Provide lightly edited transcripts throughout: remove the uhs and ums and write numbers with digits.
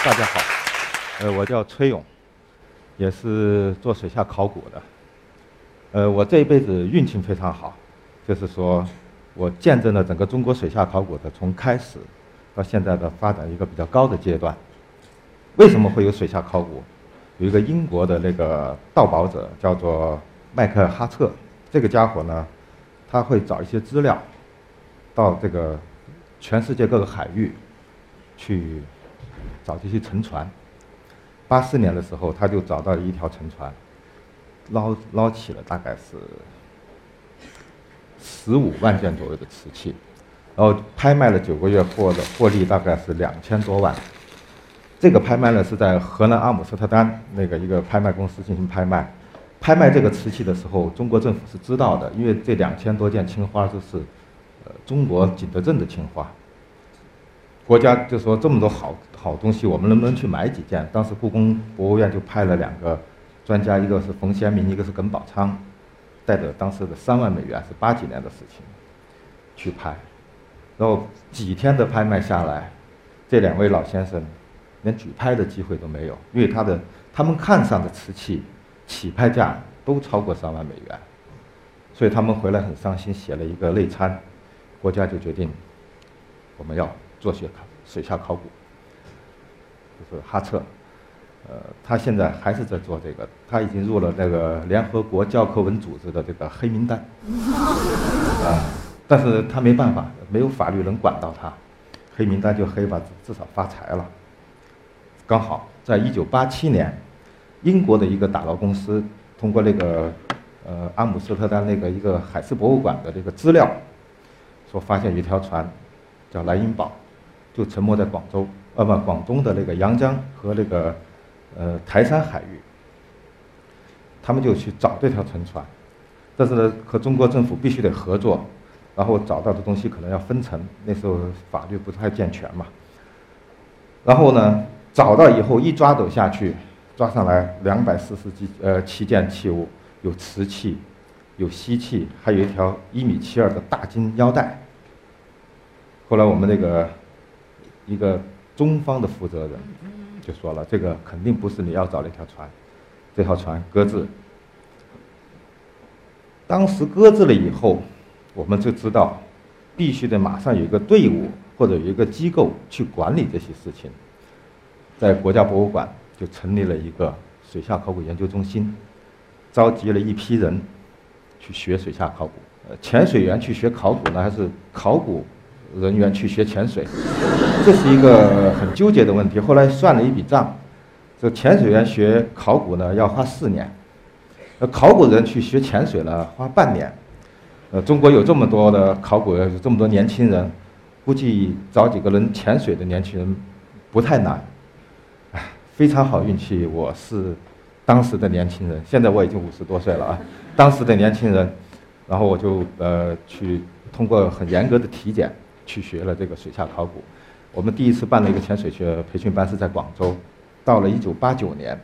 大家好，我叫崔勇，也是做水下考古的。我这一辈子运气非常好，就是说我见证了整个中国水下考古的从开始到现在的发展一个比较高的阶段。为什么会有水下考古？有一个英国的那个盗宝者叫做麦克尔哈特，这个家伙呢，他会找一些资料，到这个全世界各个海域去找这些沉船。84年的时候，他就找到一条沉船，捞起了大概是15万件左右的瓷器，然后拍卖了9个月，获利大概是2000多万。这个拍卖呢是在荷兰阿姆斯特丹那个一个拍卖公司进行拍卖。拍卖这个瓷器的时候，中国政府是知道的，因为这2000多件青花都是中国景德镇的青花。国家就说这么多好东西，我们能不能去买几件？当时故宫博物院就派了2个专家，一个是冯先明，一个是耿宝昌，带着当时的3万美元，是80几年的事情去拍。然后几天的拍卖下来，这2位老先生连举拍的机会都没有，因为他们看上的瓷器起拍价都超过3万美元，所以他们回来很伤心，写了一个内参，国家就决定我们要做水下考古。就是哈特，他现在还是在做这个，他已经入了那个联合国教科文组织的这个黑名单，但是他没办法，没有法律能管到他，黑名单就黑吧，至少发财了。刚好在1987年，英国的一个打捞公司通过那个阿姆斯特丹那个一个海事博物馆的这个资料，说发现有一条船叫莱茵堡，就沉没在广东的那个阳江和那个台山海域。他们就去找这条沉船，但是呢，和中国政府必须得合作，然后找到的东西可能要分成，那时候法律不太健全嘛。然后呢，找到以后一抓走下去，抓上来247件器物，有瓷器，有锡器，还有一条1.72米的大金腰带。后来我们那个一个中方的负责人就说了，这个肯定不是你要找那条船，这条船搁置。当时搁置了以后，我们就知道必须得马上有一个队伍或者有一个机构去管理这些事情。在国家博物馆就成立了一个水下考古研究中心，召集了一批人去学水下考古。潜水员去学考古呢，还是考古人员去学潜水？这是一个很纠结的问题。后来算了一笔账，这潜水员学考古呢要花4年，考古人去学潜水呢花半年。中国有这么多的考古，有这么多年轻人，估计找几个人潜水的年轻人不太难。非常好运气，我是当时的年轻人，现在我已经50多岁了啊。当时的年轻人，然后我就去通过很严格的体检去学了这个水下考古。我们第一次办了一个潜水学培训班是在广州。到了1989年，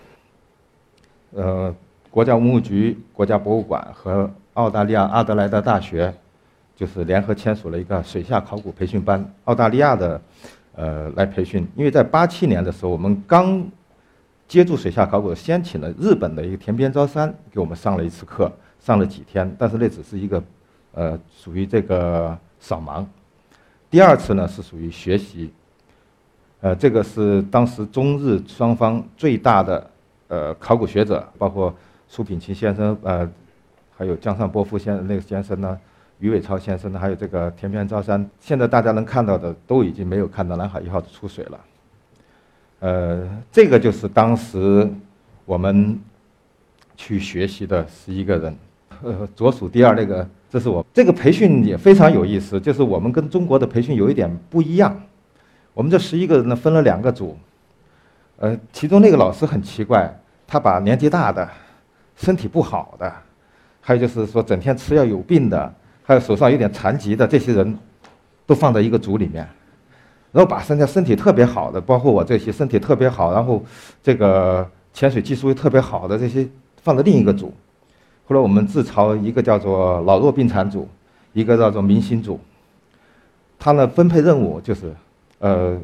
国家文物局、国家博物馆和澳大利亚阿德莱德大学就是联合签署了一个水下考古培训班，澳大利亚的来培训。因为在87年的时候，我们刚接触水下考古，先请了日本的一个田边昭三给我们上了一次课，上了几天，但是那只是一个属于这个扫盲。第2次呢是属于学习，这个是当时中日双方最大的考古学者，包括苏秉琦先生，还有江上波夫先生呢，余伟超先生呢，还有这个田边昭三。现在大家能看到的都已经没有看到南海1号的出水了。这个就是当时我们去学习的11个人。左数第2那个，这是我。这个培训也非常有意思，就是我们跟中国的培训有一点不一样。我们这11个人呢分了2个组，其中那个老师很奇怪，他把年纪大的、身体不好的，还有就是说整天吃药有病的，还有手上有点残疾的这些人，都放在一个组里面，然后把身体特别好的，包括我这些身体特别好，然后这个潜水技术又特别好的这些放在另一个组。后来我们自嘲一个叫做老弱病残组，一个叫做明星组。他呢分配任务就是，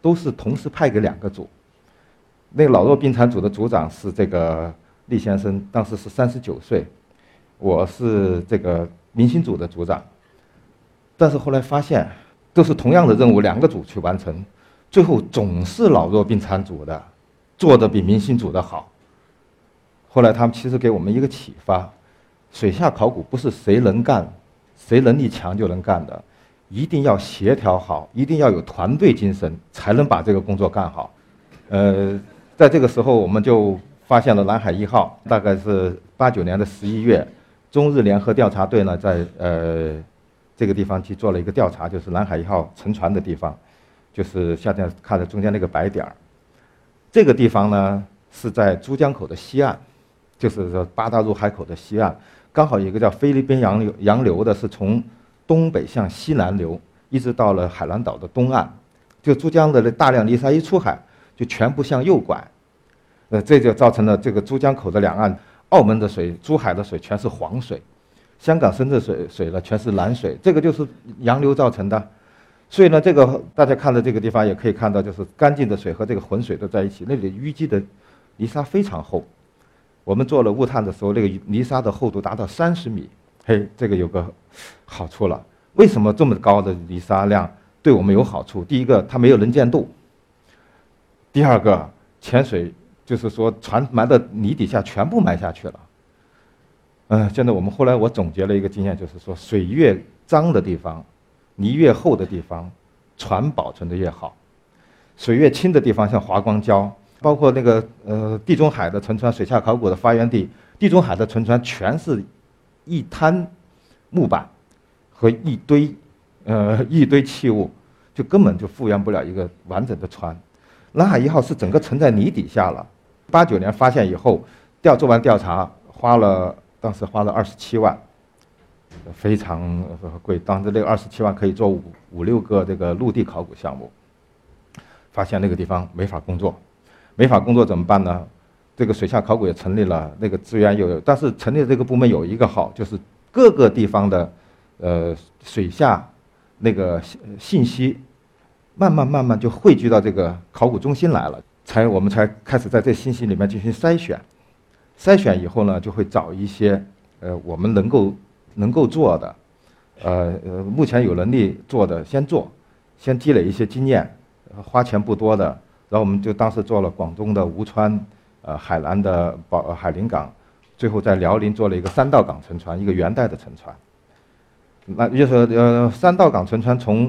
都是同时派给2个组。那个老弱病残组的组长是这个厉先生，当时是39岁，我是这个明星组的组长。但是后来发现，都是同样的任务，2个组去完成，最后总是老弱病残组的做得比明星组的好。后来他们其实给我们一个启发：水下考古不是谁能干，谁能力强就能干的，一定要协调好，一定要有团队精神，才能把这个工作干好。在这个时候，我们就发现了南海1号，大概是89年的11月，中日联合调查队呢在这个地方去做了一个调查，就是南海1号沉船的地方，就是下面看着中间那个白点儿。这个地方呢是在珠江口的西岸，就是说八大入海口的西岸，刚好有一个叫菲律宾洋流的，是从东北向西南流，一直到了海南岛的东岸。就珠江的大量泥沙一出海，就全部向右拐，这就造成了这个珠江口的两岸，澳门的水、珠海的水全是黄水，香港、深圳水呢全是蓝水，这个就是洋流造成的。所以呢，这个大家看到这个地方也可以看到，就是干净的水和这个浑水都在一起，那里淤积的泥沙非常厚。我们做了雾探的时候，那个泥沙的厚度达到30米。嘿，这个有个好处了。为什么这么高的泥沙量对我们有好处？第一个，它没有能见度；第二个，潜水就是说船埋到泥底下全部埋下去了。现在后来我总结了一个经验，就是说水越脏的地方，泥越厚的地方，船保存的越好；水越清的地方，像华光礁，包括那个地中海的沉船水下考古的发源地，地中海的沉船全是一滩木板和一堆器物，就根本就复原不了一个完整的船。南海1号是整个沉在泥底下了。89年发现以后，做完调查，当时花了27万，非常贵。当时这个27万可以做5-6个这个陆地考古项目。发现那个地方没法工作，没法工作怎么办呢？这个水下考古也成立了，那个资源有，但是成立的这个部门有一个好，就是各个地方的水下那个信息，慢慢就汇聚到这个考古中心来了。我们才开始在这信息里面进行筛选。筛选以后呢，就会找一些我们能够做的，目前有能力做的先做，先积累一些经验，花钱不多的。然后我们就当时做了广东的吴川，海南的海陵港，最后在辽宁做了一个3道港沉船，一个元代的沉船。那也就是说3道港沉船从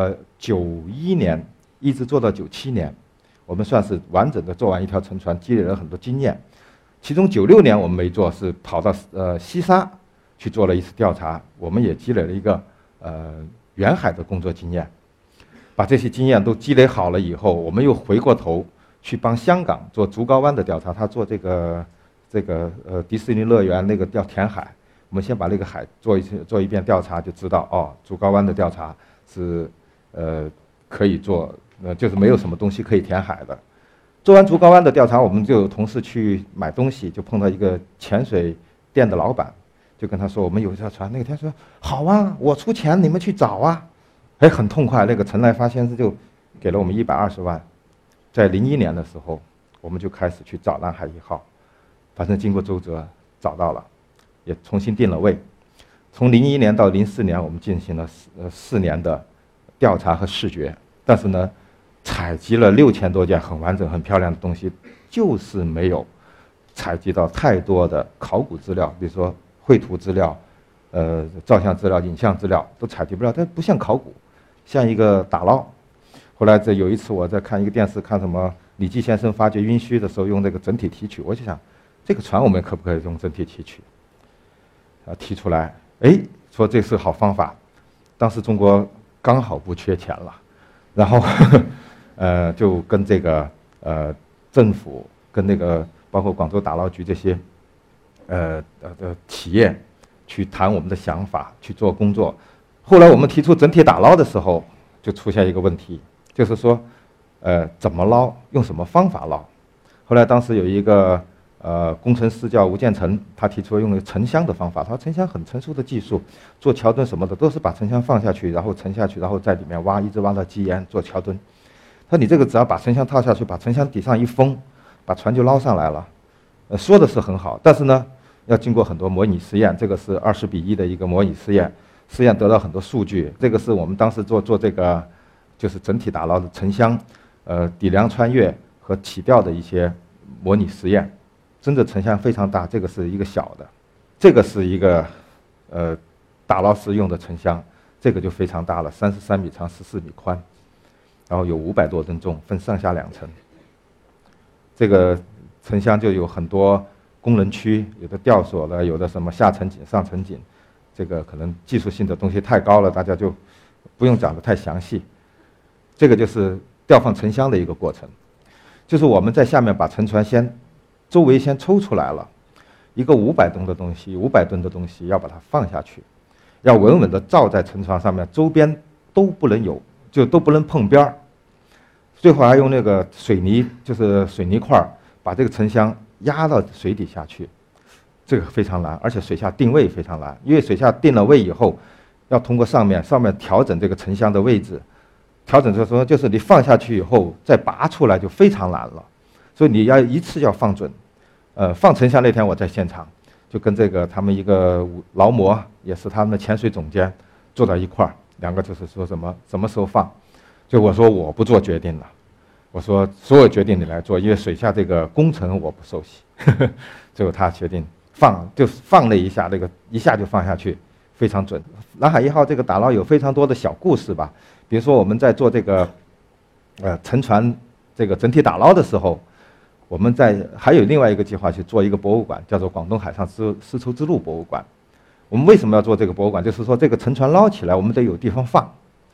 91年一直做到97年，我们算是完整的做完一条沉船，积累了很多经验。其中96年我们没做，是跑到西沙去做了一次调查，我们也积累了一个远海的工作经验。把这些经验都积累好了以后，我们又回过头去帮香港做竹篙湾的调查。他做这个迪士尼乐园那个填海，我们先把那个海做一遍调查，就知道竹篙湾的调查是可以做，就是没有什么东西可以填海的。做完竹篙湾的调查，我们就有同事去买东西，就碰到一个潜水店的老板，就跟他说我们有一条船。那个天说好啊，我出钱，你们去找啊。很痛快，那个陈来发先生就给了我们120万。在01年的时候，我们就开始去找南海1号，反正经过周折找到了，也重新定了位。从01年到04年，我们进行了4年的调查和视觉，但是呢，采集了6000多件很完整、很漂亮的东西，就是没有采集到太多的考古资料，比如说绘图资料、照相资料、影像资料都采集不了。它不像考古，像一个打捞。后来有一次我在看一个电视，看什么李济先生发掘晕虚的时候用这个整体提取，我就想这个船我们可不可以用整体提取？提出来，说这是好方法。当时中国刚好不缺钱了，然后就跟这个政府跟那个包括广州打捞局这些企业去谈我们的想法，去做工作。后来我们提出整体打捞的时候，就出现一个问题，就是说怎么捞，用什么方法捞。后来当时有一个工程师叫吴建成，他提出用了沉箱的方法。他说沉箱很成熟的技术，做桥墩什么的都是把沉箱放下去，然后沉下去，然后在里面挖，一直挖到基岩做桥墩。 他说你这个只要把沉箱套下去，把沉箱底上一封，把船就捞上来了。说的是很好，但是呢，要经过很多模拟实验，这个是20:1的一个模拟实验，实验得到很多数据。这个是我们当时做这个，就是整体打捞的沉箱，底梁穿越和起吊的一些模拟实验。真的沉箱非常大，这个是一个小的，这个是一个打捞时用的沉箱，这个就非常大了，33米长，14米宽，然后有500多吨重，分上下2层。这个沉箱就有很多功能区，有的吊索了，有的什么下层井、上层井，这个可能技术性的东西太高了，大家就不用讲得太详细。这个就是吊放沉箱的一个过程，就是我们在下面把沉船周围先抽出来了，一个500吨的东西，500吨的东西要把它放下去，要稳稳地罩在沉船上面，周边都不能有，就都不能碰边儿。最后还用那个水泥，就是水泥块，把这个沉箱压到水底下去，这个非常难，而且水下定位非常难，因为水下定了位以后，要通过上面调整这个沉箱的位置，调整就是你放下去以后再拔出来就非常难了，所以你要一次要放准。放沉箱那天我在现场，就跟这个他们一个劳模，也是他们的潜水总监坐在一块儿，两个就是说什么时候放，就我说我不做决定了，我说所有决定你来做，因为水下这个工程我不熟悉，最后他决定放，就放了一下，那个一下就放下去，非常准。南海1号这个打捞有非常多的小故事吧，比如说我们在做这个沉船这个整体打捞的时候。我们还有另外一个计划去做一个博物馆，叫做广东海上丝绸之路博物馆。我们为什么要做这个博物馆？就是说这个沉船捞起来，我们得有地方放。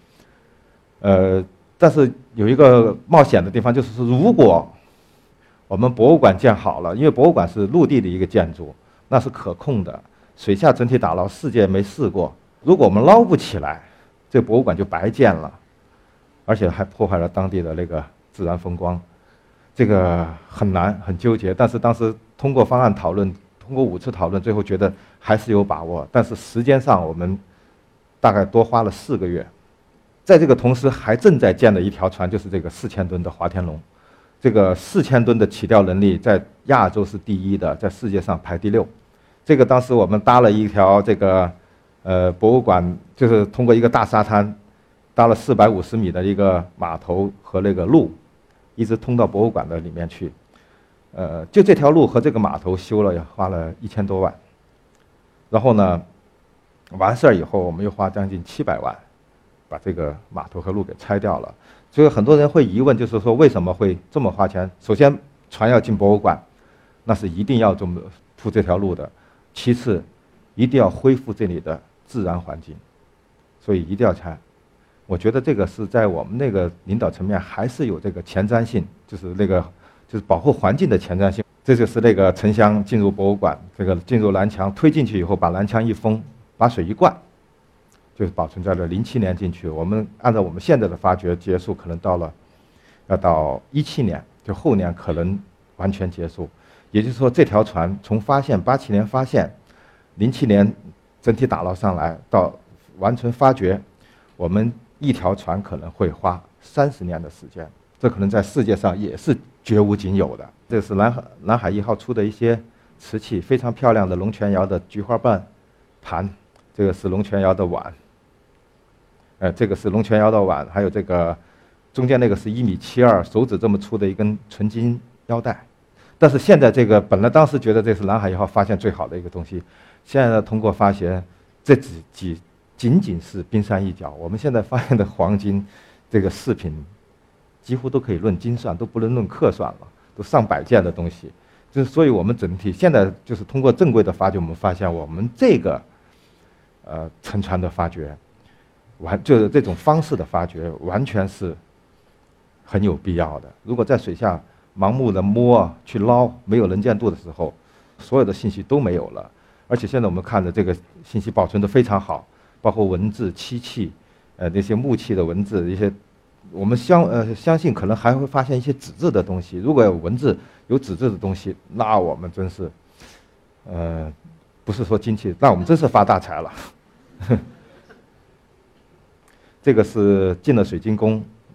但是有一个冒险的地方，就是说如果我们博物馆建好了，因为博物馆是陆地的一个建筑，那是可控的，水下整体打捞世界没试过。如果我们捞不起来，这个博物馆就白建了，而且还破坏了当地的那个自然风光。这个很难，很纠结，但是当时通过方案讨论，通过5次讨论，最后觉得还是有把握。但是时间上我们大概多花了4个月。在这个同时，还正在建的一条船就是这个4000吨的华天龙。这个4000吨的起吊能力在亚洲是第1的，在世界上排第6。这个当时我们搭了一条这个博物馆，就是通过一个大沙滩搭了450米的一个码头和那个路。一直通到博物馆的里面去，就这条路和这个码头修了，也花了1000多万。然后呢，完事儿以后，我们又花将近700万，把这个码头和路给拆掉了。所以很多人会疑问，就是说为什么会这么花钱？首先，船要进博物馆，那是一定要这么铺这条路的。其次，一定要恢复这里的自然环境，所以一定要拆。我觉得这个是在我们那个领导层面还是有这个前瞻性，就是保护环境的前瞻性。这就是那个沉箱进入博物馆，这个进入蓝墙，推进去以后把蓝墙一封，把水一灌，就是保存在了07年进去。我们按照我们现在的发掘结束，可能要到17年，就后年可能完全结束。也就是说，这条船从发现87年发现，07年整体打捞上来到完成发掘，我们一条船可能会花30年的时间，这可能在世界上也是绝无仅有的。这是南海1号出的一些瓷器，非常漂亮的龙泉窑的菊花盘，这个是龙泉窑的碗，这个是龙泉窑的碗，还有这个中间那个是1.72米，手指这么粗的一根纯金腰带。但是现在这个本来当时觉得这是南海1号发现最好的一个东西，现在呢通过发现，这仅仅是冰山一角。我们现在发现的黄金这个饰品几乎都可以论斤算，都不能论克算了，都上百件的东西。就是所以我们整体现在就是通过正规的发掘，我们发现我们这个沉船的发掘，就是这种方式的发掘完全是很有必要的。如果在水下盲目的摸去捞，没有能见度的时候，所有的信息都没有了。而且现在我们看的这个信息保存得非常好，包括文字、漆器，那些木器的文字，一些我们相信可能还会发现一些纸质的东西。如果有文字、有纸质的东西，那我们真是，不是说金器，那我们真是发大财了。这个是进了水晶宫，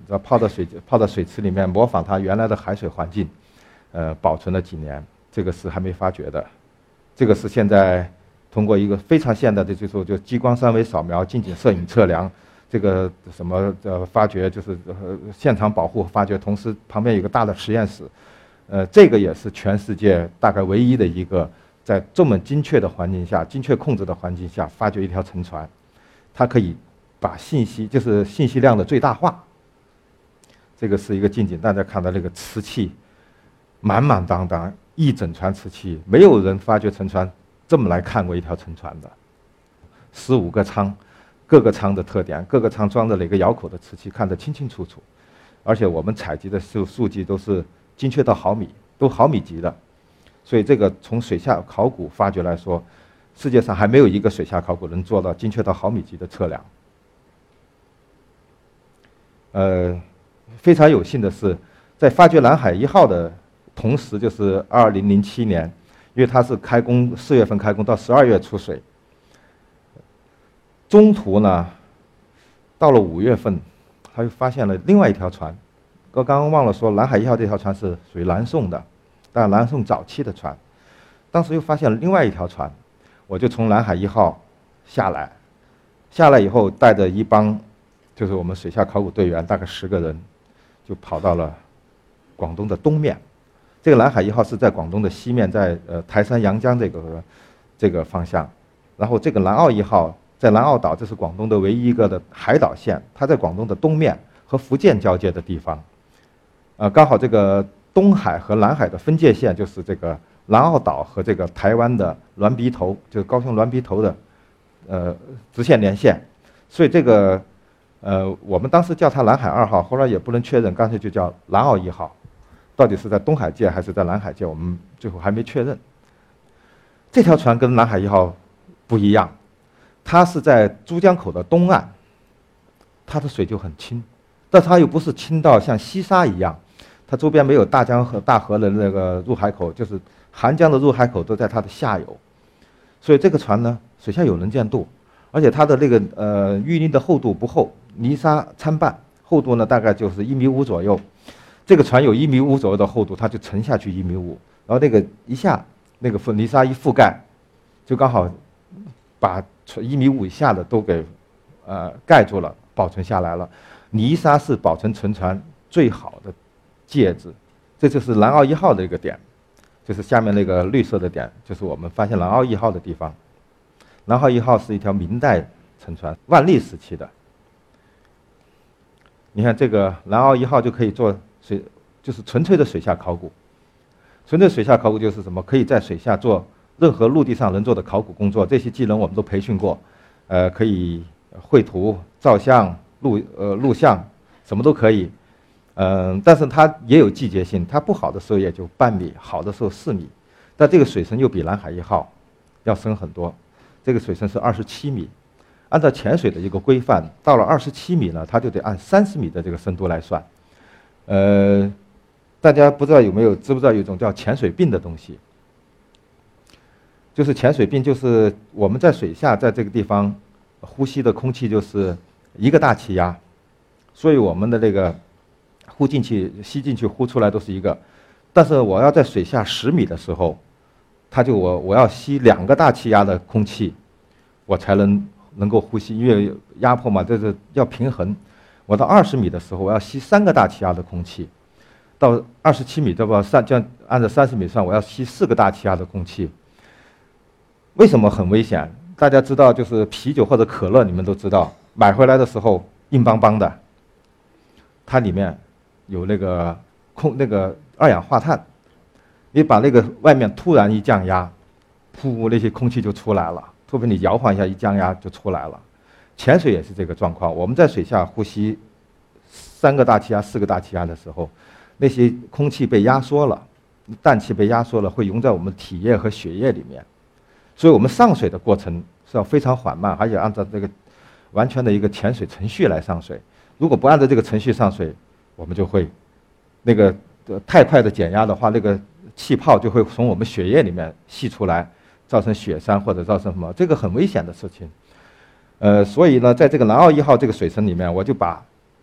泡到水池里面，模仿它原来的海水环境，保存了几年，这个是还没发掘的。这个是现在通过一个非常现代的技术，就激光三维扫描、近景摄影测量，这个什么发掘就是现场保护发掘，同时旁边有个大的实验室，这个也是全世界大概唯一的一个在这么精确的环境下、精确控制的环境下发掘一条沉船，它可以把信息就是信息量的最大化。这个是一个近景，大家看到那个瓷器满满当当，一整船瓷器，没有人发掘沉船这么来看过一条沉船的。15个舱，各个舱的特点，各个舱装着哪个窑口的瓷器，看得清清楚楚。而且我们采集的数据都是精确到毫米，都毫米级的。所以这个从水下考古发掘来说，世界上还没有一个水下考古能做到精确到毫米级的测量。非常有幸的是，在发掘蓝海1号的同时，就是2007年，因为它是开工4月份开工到12月出水，中途呢，到了5月份，他又发现了另外一条船。我刚刚忘了说，蓝海1号这条船是属于南宋的，但南宋早期的船。当时又发现了另外一条船，我就从蓝海1号下来，下来以后带着一帮，就是我们水下考古队员，大概10个人，就跑到了广东的东面。这个蓝海1号是在广东的西面，在台山阳江这个方向。然后这个蓝澳1号在南澳岛，这是广东的唯一一个的海岛线，它在广东的东面和福建交界的地方。刚好这个东海和南海的分界线就是这个南澳岛和这个台湾的鸾鼻头，就是高雄鸾鼻头的直线连线。所以这个我们当时叫它蓝海2号，后来也不能确认，干脆就叫蓝澳1号。到底是在东海界还是在南海界，我们最后还没确认。这条船跟蓝海1号不一样，它是在珠江口的东岸，它的水就很清，但它又不是清到像西沙一样，它周边没有大江和大河的那个入海口，就是韩江的入海口都在它的下游，所以这个船呢，水下有能见度，而且它的那个淤泥的厚度不厚，泥沙参半，厚度呢大概就是1.5米左右。这个船有1.5米左右的厚度，它就沉下去1.5米，然后那个一下那个泥沙一覆盖，就刚好把1.5米以下的都给盖住了，保存下来了。泥沙是保存沉船最好的介质，这就是蓝澳1号的一个点，就是下面那个绿色的点，就是我们发现蓝澳1号的地方。蓝澳1号是一条明代沉船，万历时期的。你看这个蓝澳1号就可以做就是纯粹的水下考古。纯粹水下考古就是什么？可以在水下做任何陆地上能做的考古工作，这些技能我们都培训过。可以绘图、照相、录像，什么都可以。但是它也有季节性，它不好的时候也就半米，好的时候4米。但这个水深又比蓝海1号要深很多，这个水深是27米。按照潜水的一个规范，到了27米呢，它就得按30米的这个深度来算。大家不知道知不知道有一种叫潜水病的东西？就是潜水病，就是我们在水下，在这个地方呼吸的空气就是一个大气压，所以我们的这个呼进去、吸进去、呼出来都是一个。但是我要在水下10米的时候，我要吸2个大气压的空气，我才能够呼吸，因为压迫嘛，这是要平衡。我到20米的时候，我要吸3个大气压的空气；到27米，对吧？就按照30米算，我要吸4个大气压的空气。为什么很危险？大家知道，就是啤酒或者可乐，你们都知道，买回来的时候硬邦邦的，它里面有那个二氧化碳，你把那个外面突然一降压，噗，那些空气就出来了。特别你摇晃一下，一降压就出来了。潜水也是这个状况。我们在水下呼吸3个大气压、4个大气压的时候，那些空气被压缩了，氮气被压缩了，会溶在我们体液和血液里面。所以我们上水的过程是要非常缓慢，而且按照这个完全的一个潜水程序来上水。如果不按照这个程序上水，我们就会那个太快的减压的话，那个气泡就会从我们血液里面析出来，造成血栓或者造成什么，这个很危险的事情。所以呢，在这个蓝澳1号这个水深里面，我就把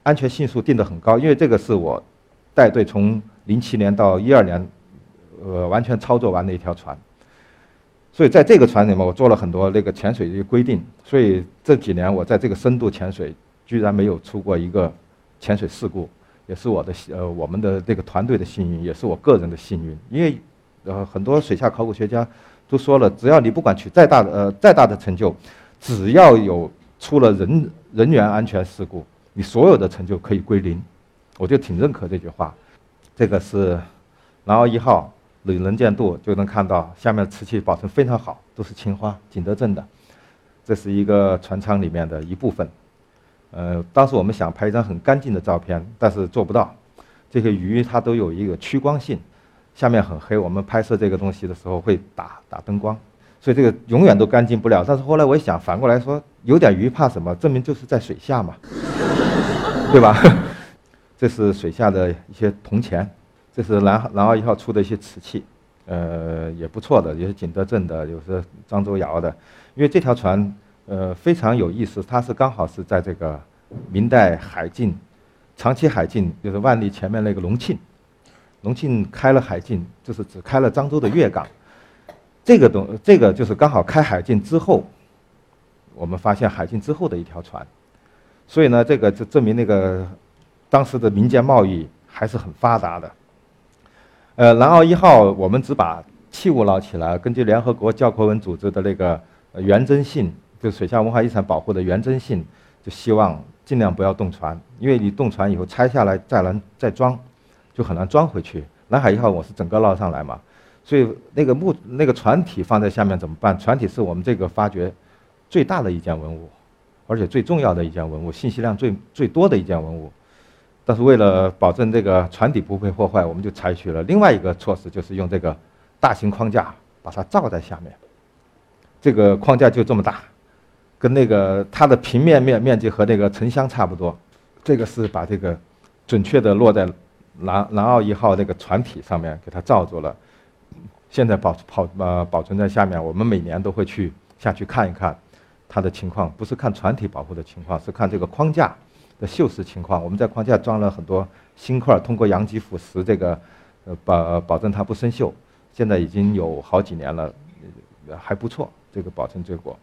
安全系数定得很高，因为这个是我带队从07年到12年，完全操作完的一条船。所以在这个船里面，我做了很多那个潜水的规定，所以这几年我在这个深度潜水，居然没有出过一个潜水事故，也是我们的这个团队的幸运，也是我个人的幸运。因为很多水下考古学家都说了，只要你不管取再大的成就，只要有出了人员安全事故，你所有的成就可以归零。我就挺认可这句话。这个是南澳1号。能见度就能看到下面的瓷器保存非常好，都是青花，景德镇的。这是一个船舱里面的一部分。当时我们想拍一张很干净的照片，但是做不到。这些鱼它都有一个趋光性，下面很黑，我们拍摄这个东西的时候会打灯光，所以这个永远都干净不了。但是后来我一想，反过来说，有点鱼怕什么？证明就是在水下嘛，对吧？这是水下的一些铜钱。这是南澳1号出的一些瓷器，也不错的，也是景德镇的，有是漳州窑的。因为这条船，非常有意思，它是刚好是在这个明代海禁，长期海禁，就是万历前面那个隆庆开了海禁，就是只开了漳州的粤港。这个就是刚好开海禁之后，我们发现海禁之后的一条船，所以呢，这个就证明那个当时的民间贸易还是很发达的。南澳1号我们只把器物捞起来，根据联合国教科文组织的那个原真性，就是水下文化遗产保护的原真性，就希望尽量不要动船，因为你动船以后拆下来再装，就很难装回去。南海1号我是整个捞上来嘛，所以那个船体放在下面怎么办？船体是我们这个发掘最大的一件文物，而且最重要的一件文物，信息量最多的一件文物。但是为了保证这个船底不被破坏，我们就采取了另外一个措施，就是用这个大型框架把它罩在下面。这个框架就这么大，跟那个它的平面积和那个沉香差不多。这个是把这个准确的落在南澳1号那个船体上面，给它罩住了。现在保存在下面，我们每年都会下去看一看它的情况，不是看船体保护的情况，是看这个框架的锈蚀情况。我们在框架装了很多锌块，通过阳极腐蚀这个保证它不生锈。现在已经有好几年了，还不错，这个保存结果。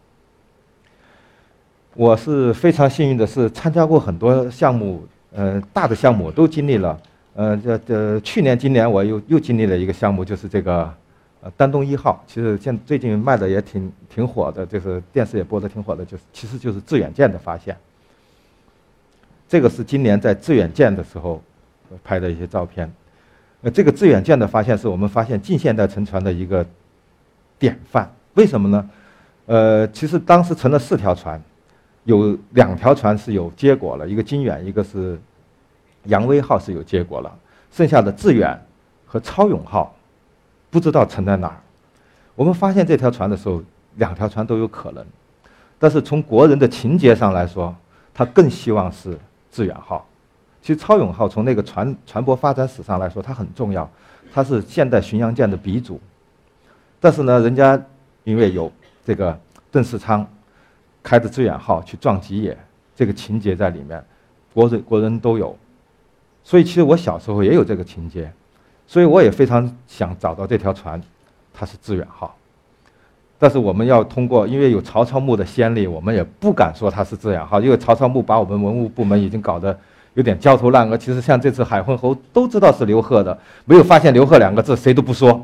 我是非常幸运的是参加过很多项目，大的项目都经历了。去年今年我又经历了一个项目，就是这个丹东1号。其实最近卖的也挺火的，就是电视也播的挺火的，其实就是致远舰的发现。这个是今年在致远舰的时候拍的一些照片。这个致远舰的发现是我们发现近现代沉船的一个典范。为什么呢？其实当时沉了4条船，有2条船是有结果了，一个金远，一个是扬威号是有结果了，剩下的致远和超勇号不知道沉在哪儿。我们发现这条船的时候，2条船都有可能，但是从国人的情节上来说，他更希望是致远号。其实超勇号从那个船舶发展史上来说，它很重要，它是现代巡洋舰的鼻祖。但是呢，人家因为有这个邓世昌开的致远号去撞吉野，这个情节在里面，国人都有。所以其实我小时候也有这个情节，所以我也非常想找到这条船，它是致远号。但是我们要通过，因为有曹操墓的先例，我们也不敢说它是致远号，因为曹操墓把我们文物部门已经搞得有点焦头烂额。其实像这次海昏侯都知道是刘贺的，没有发现刘贺2个字，谁都不说。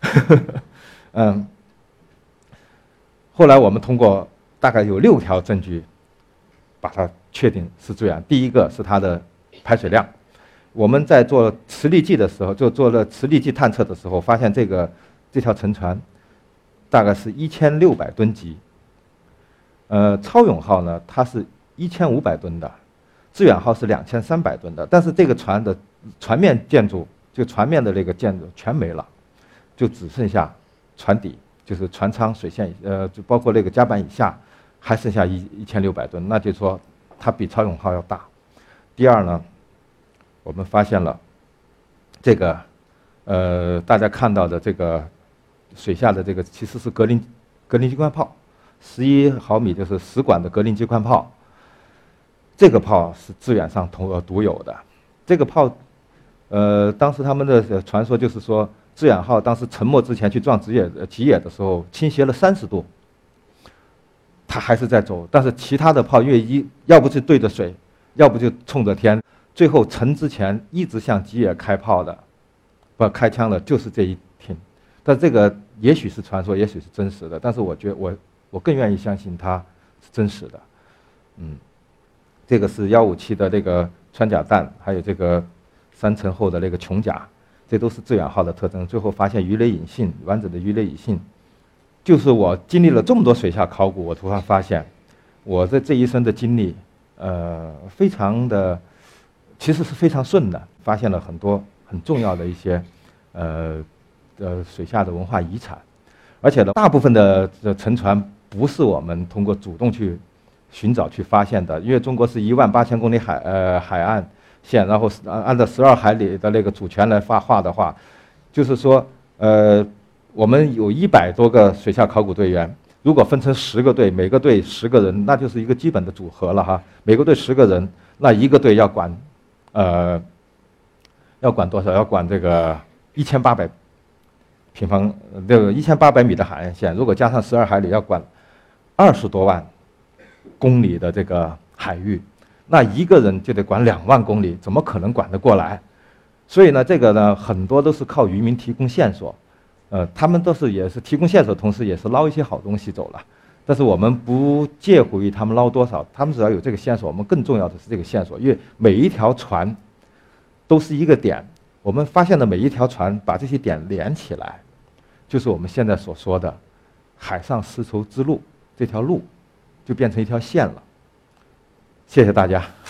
后来我们通过大概有6条证据，把它确定是致远。第一个是它的排水量，我们在做磁力计的时候，就做了磁力计探测的时候，发现这条沉船大概是1600吨级。超勇号呢，它是1500吨的，致远号是2300吨的。但是这个船的船面建筑，就船面的那个建筑全没了，就只剩下船底，就是船舱、水线，就包括那个甲板以下，还剩下1600吨，那就是说它比超勇号要大。第二呢，我们发现了这个大家看到的这个水下的这个其实是格林机关炮，11毫米就是10管的格林机关炮。 这个炮是资源上独有的。这个炮，当时他们的传说就是说，致远号当时沉没之前去撞吉野的时候，倾斜了30度，它还是在走。但是其他的炮要不就对着水，要不就冲着天。最后沉之前一直向吉野开枪的，就是这一挺。但这个也许是传说，也许是真实的。但是我觉得我更愿意相信它是真实的。这个是157的这个穿甲弹，还有这个3层厚的那个穹甲，这都是致远号的特征。最后发现鱼雷引信，完整的鱼雷引信，就是我经历了这么多水下考古，我突然发现，我这一生的经历，非常的，其实是非常顺的，发现了很多很重要的一些，水下的文化遗产，而且呢，大部分的沉船不是我们通过主动去寻找去发现的，因为中国是18000公里海岸线，然后按照12海里的那个主权来画的话，就是说，我们有100多个水下考古队员，如果分成10个队，每个队10个人，那就是一个基本的组合了哈。每个队10个人，那一个队要管多少？要管这个1800平方这个1800米的海岸线，如果加上12海里，要管20多万公里的这个海域，那一个人就得管2万公里，怎么可能管得过来？所以呢，这个呢，很多都是靠渔民提供线索，他们也是提供线索，同时也是捞一些好东西走了。但是我们不介乎于他们捞多少，他们只要有这个线索，我们更重要的是这个线索，因为每一条船都是一个点，我们发现的每一条船把这些点连起来，就是我们现在所说的海上丝绸之路，这条路就变成一条线了。谢谢大家。